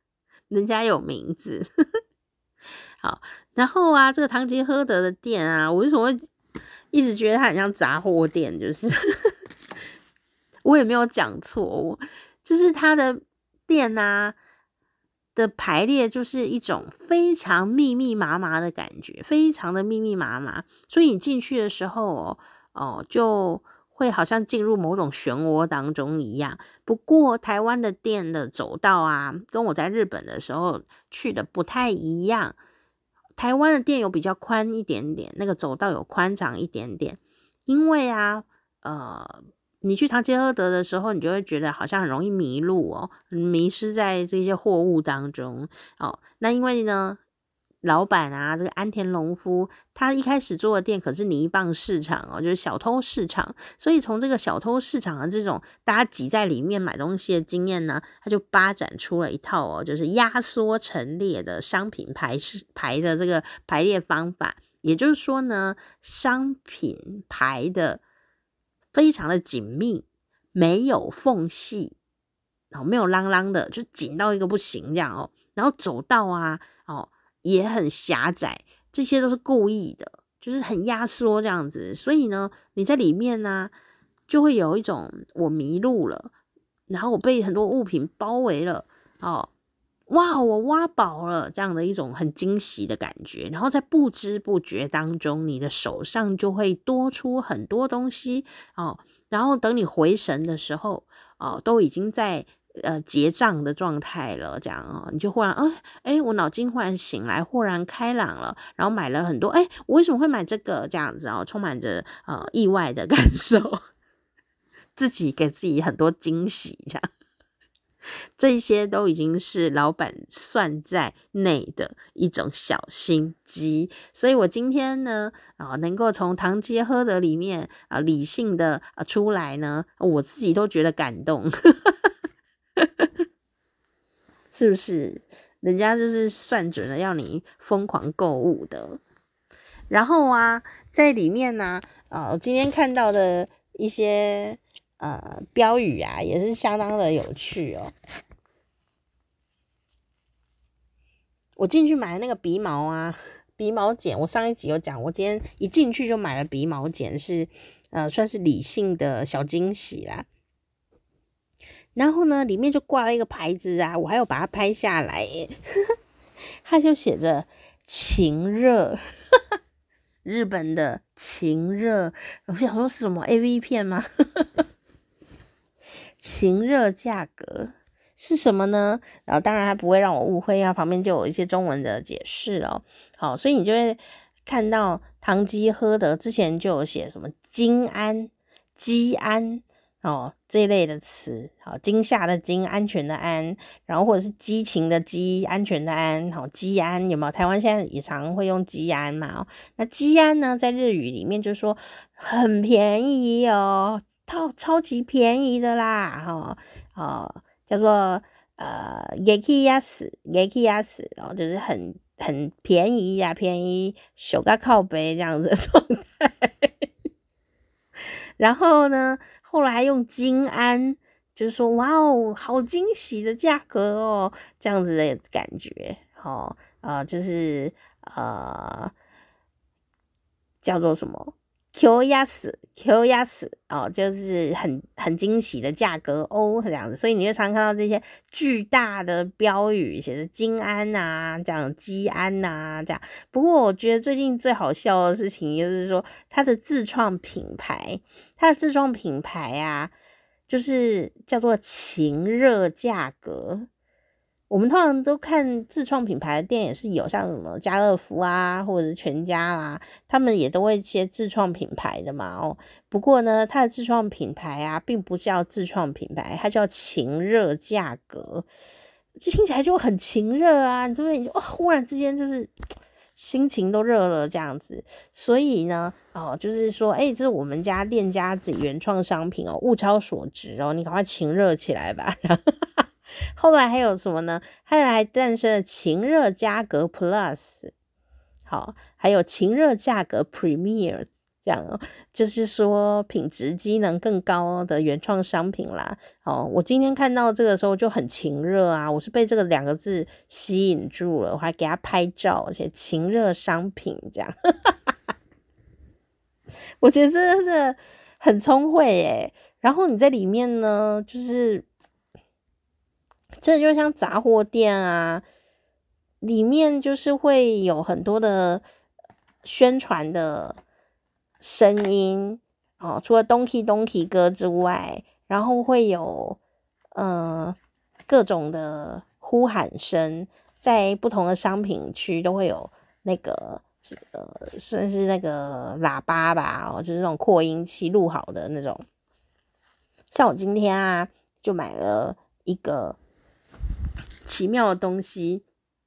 人家有名字。好，然后啊，这个唐吉诃德的店啊，我为什么会一直觉得它很像杂货店？就是我也没有讲错，就是它的店啊的排列就是一种非常密密麻麻的感觉，非常的密密麻麻，所以你进去的时候就会好像进入某种漩涡当中一样。不过台湾的店的走道啊，跟我在日本的时候去的不太一样。台湾的店有比较宽一点点，那个走道有宽敞一点点，因为啊，你去唐吉诃德的时候，你就会觉得好像很容易迷路迷失在这些货物当中那因为呢，老板啊，这个安田隆夫，他一开始做的店可是泥棒市场就是小偷市场，所以从这个小偷市场的这种大家挤在里面买东西的经验呢，他就发展出了一套就是压缩陈列的商品排的这个排列方法。也就是说呢，商品排的非常的紧密，没有缝隙没有啷啷的，就紧到一个不行这样然后走道啊也很狭窄，这些都是故意的，就是很压缩这样子。所以呢，你在里面呢就会有一种我迷路了，然后我被很多物品包围了哇，我挖宝了这样的一种很惊喜的感觉。然后在不知不觉当中，你的手上就会多出很多东西然后等你回神的时候都已经在结账的状态了，这样你就忽然我脑筋忽然醒来，豁然开朗了，然后买了很多我为什么会买这个这样子充满着意外的感受，自己给自己很多惊喜这样。这些都已经是老板算在内的一种小心机，所以我今天呢能够从唐吉诃德里面理性的出来呢，我自己都觉得感动。是不是？人家就是算准了要你疯狂购物的。然后啊，在里面呢我今天看到的一些标语啊，也是相当的有趣我进去买那个鼻毛啊，鼻毛剪，我上一集有讲，我今天一进去就买了鼻毛剪，是算是理性的小惊喜啦。然后呢，里面就挂了一个牌子啊，我还有把它拍下来耶它就写着晴热日本的晴热，我想说是什么 AV 片吗晴热价格是什么呢？然后当然它不会让我误会旁边就有一些中文的解释好，所以你就会看到唐吉诃德之前就有写什么金安、基安这一类的词，惊吓的惊，安全的安，然后或者是激情的激，安全的安，基安有没有？台湾现在也常会用基安嘛那基安呢，在日语里面就是说很便宜超级便宜的啦叫做激安就是很便宜便宜手ga靠背这样子的状态然后呢，后来用金安，就是说哇好惊喜的价格这样子的感觉就是叫做什么 Q 压死就是很惊喜的价格这样子，所以你就常看到这些巨大的标语写着金安这样基安这样。不过我觉得最近最好笑的事情就是说它的自创品牌就是叫做晴热价格。我们通常都看自创品牌的店也是有，像什么家乐福啊或者是全家啦，他们也都会切自创品牌的嘛不过呢，它的自创品牌并不叫自创品牌，它叫晴热价格，听起来就很晴热对不对？忽然之间就是心情都热了这样子。所以呢就是说这是我们家店家自己原创商品物超所值你赶快晴热起来吧后来还有什么呢？后来还诞生了晴热价格 Plus 还有晴热价格 Premier 这样就是说品质机能更高的原创商品啦。我今天看到这个时候就很情热啊，我是被这个2个字吸引住了，我还给他拍照，而且情热商品这样。我觉得真的是很聪慧耶。然后你在里面呢，就是这就像杂货店啊，里面就是会有很多的宣传的声音除了 Donkey 歌之外，然后会有各种的呼喊声，在不同的商品区都会有那个算是那个喇叭吧就是那种扩音器录好的那种。像我今天啊就买了一个奇妙的东西，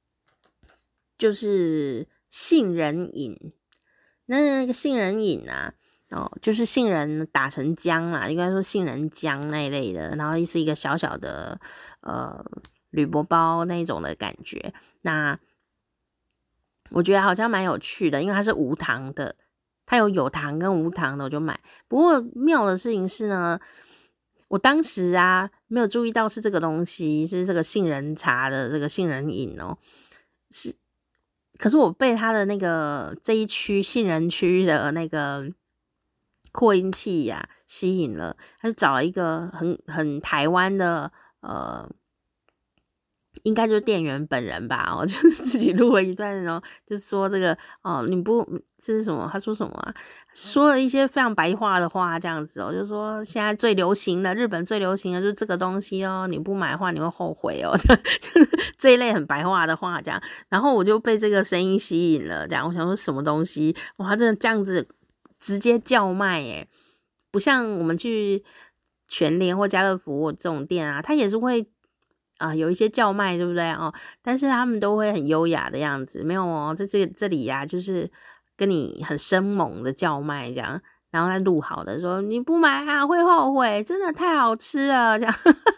就是杏仁饮。那个杏仁饮啊就是杏仁打成浆啦，应该说杏仁浆那一类的，然后是一个小小的铝箔包那种的感觉。那我觉得好像蛮有趣的，因为它是无糖的，它有糖跟无糖的我就买。不过妙的事情是呢，我当时啊没有注意到是这个东西，是这个杏仁茶的这个杏仁饮可是我被它的那个这一区杏仁区的那个扩音器吸引了，他就找了一个很台湾的应该就是店员本人吧就是自己录了一段就是说这个你不这是什么，他说什么说了一些非常白话的话这样子就是说现在最流行的日本最流行的就是这个东西你不买的话你会后悔就是这一类很白话的话这样。然后我就被这个声音吸引了这样，我想说什么东西哇，真的这样子直接叫卖耶，不像我们去全联或家乐福这种店它也是会有一些叫卖对不对但是他们都会很优雅的样子，没有在这里就是跟你很生猛的叫卖这样，然后他录好的说你不买会后悔，真的太好吃了这样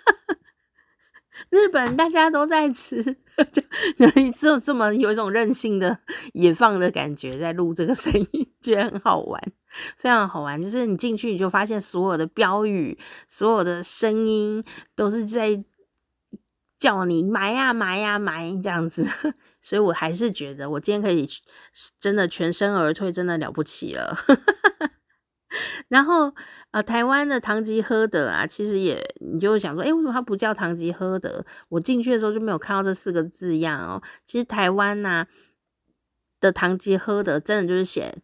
日本大家都在吃就这么有一种任性的野放的感觉在录这个声音，觉得很好玩，非常好玩。就是你进去你就发现所有的标语所有的声音都是在叫你买买这样子所以我还是觉得我今天可以真的全身而退，真的了不起了然后台湾的唐吉诃德其实你就想说为什么它不叫唐吉诃德，我进去的时候就没有看到这4个字样其实台湾的唐吉诃德真的就是写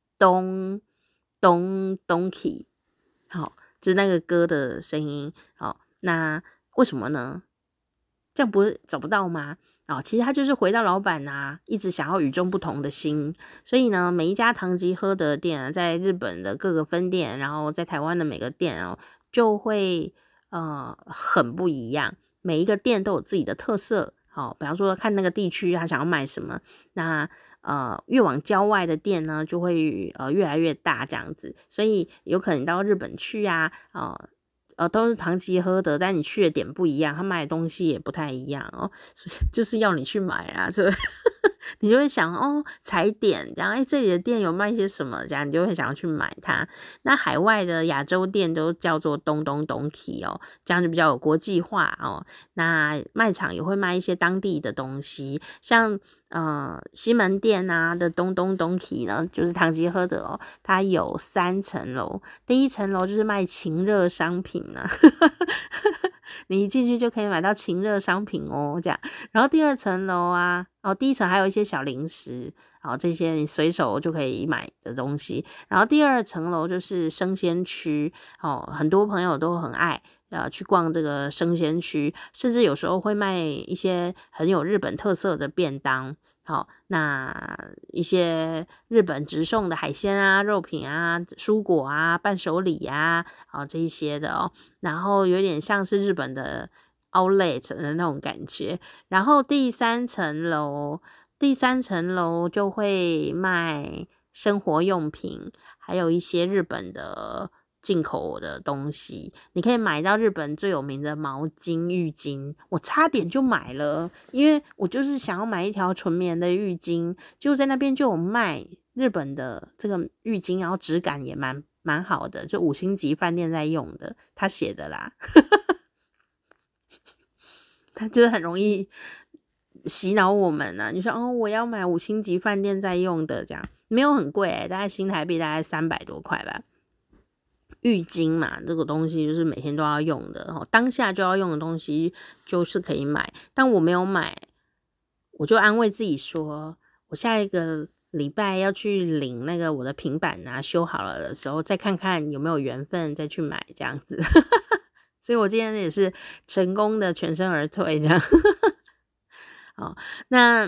Donkey 就是那个歌的声音那为什么呢？这样不是找不到吗其实他就是回到老板一直想要与众不同的心，所以呢每一家唐吉诃德店在日本的各个分店，然后在台湾的每个店就会很不一样，每一个店都有自己的特色比方说看那个地区他想要卖什么，那越往郊外的店呢就会越来越大这样子，所以有可能到日本去都是唐吉诃德，但你去的点不一样，他卖的东西也不太一样所以就是要你去买这你就会想踩点这样这里的店有卖一些什么这样，你就会想要去买它。那海外的亚洲店都叫做Donkey这样就比较有国际化那卖场也会卖一些当地的东西，像西门店的Donkey呢就是唐吉诃德它有3层楼，第1层楼就是卖情热商品你一进去就可以买到情热商品这样。然后第2层楼第1层还有一些小零食这些你随手就可以买的东西。然后第2层楼就是生鲜区很多朋友都很爱去逛这个生鲜区，甚至有时候会卖一些很有日本特色的便当那一些日本直送的海鲜肉品蔬果伴手礼这一些的然后有点像是日本的 outlet 的那种感觉。然后第三层楼就会卖生活用品，还有一些日本的进口的东西，你可以买到日本最有名的毛巾浴巾，我差点就买了，因为我就是想要买一条纯棉的浴巾，结果在那边就有卖日本的这个浴巾，然后质感也蛮好的，就5星级饭店在用的，他写的啦。他就是很容易洗脑我们啊，你说哦，我要买5星级饭店在用的，这样没有很贵大概新台币大概300多块吧。浴巾嘛，这个东西就是每天都要用的，当下就要用的东西就是可以买，但我没有买，我就安慰自己说，我下一个礼拜要去领那个我的平板啊，修好了的时候再看看有没有缘分再去买这样子。所以我今天也是成功的全身而退这样。那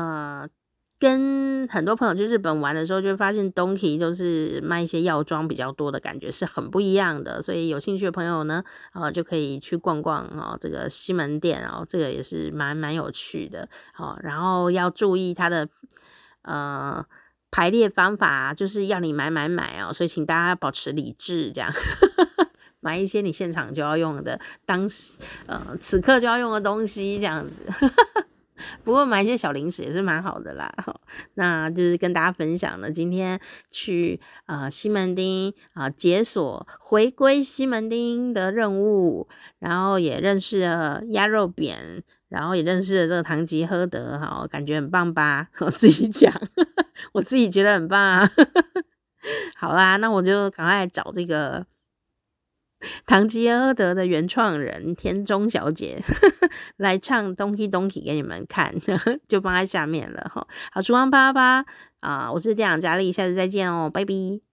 跟很多朋友去日本玩的时候，就会发现 Donki 就是卖一些药妆比较多的感觉是很不一样的，所以有兴趣的朋友呢，就可以去逛逛这个西门店这个也是蛮有趣的然后要注意它的排列方法，就是要你买所以请大家保持理智这样。买一些你现场就要用的，此刻就要用的东西这样子。不过买一些小零食也是蛮好的啦。那就是跟大家分享了今天去西门町解锁回归西门町的任务，然后也认识了鸭肉扁，然后也认识了这个唐吉诃德，感觉很棒吧？我自己讲，我自己觉得很棒啊。好啦，那我就赶快找这个唐吉诃德的原创人田中小姐来唱 Donki Donki 给你们看，就放在下面了。好，曙光888我是店长佳丽，下次再见哦，拜拜。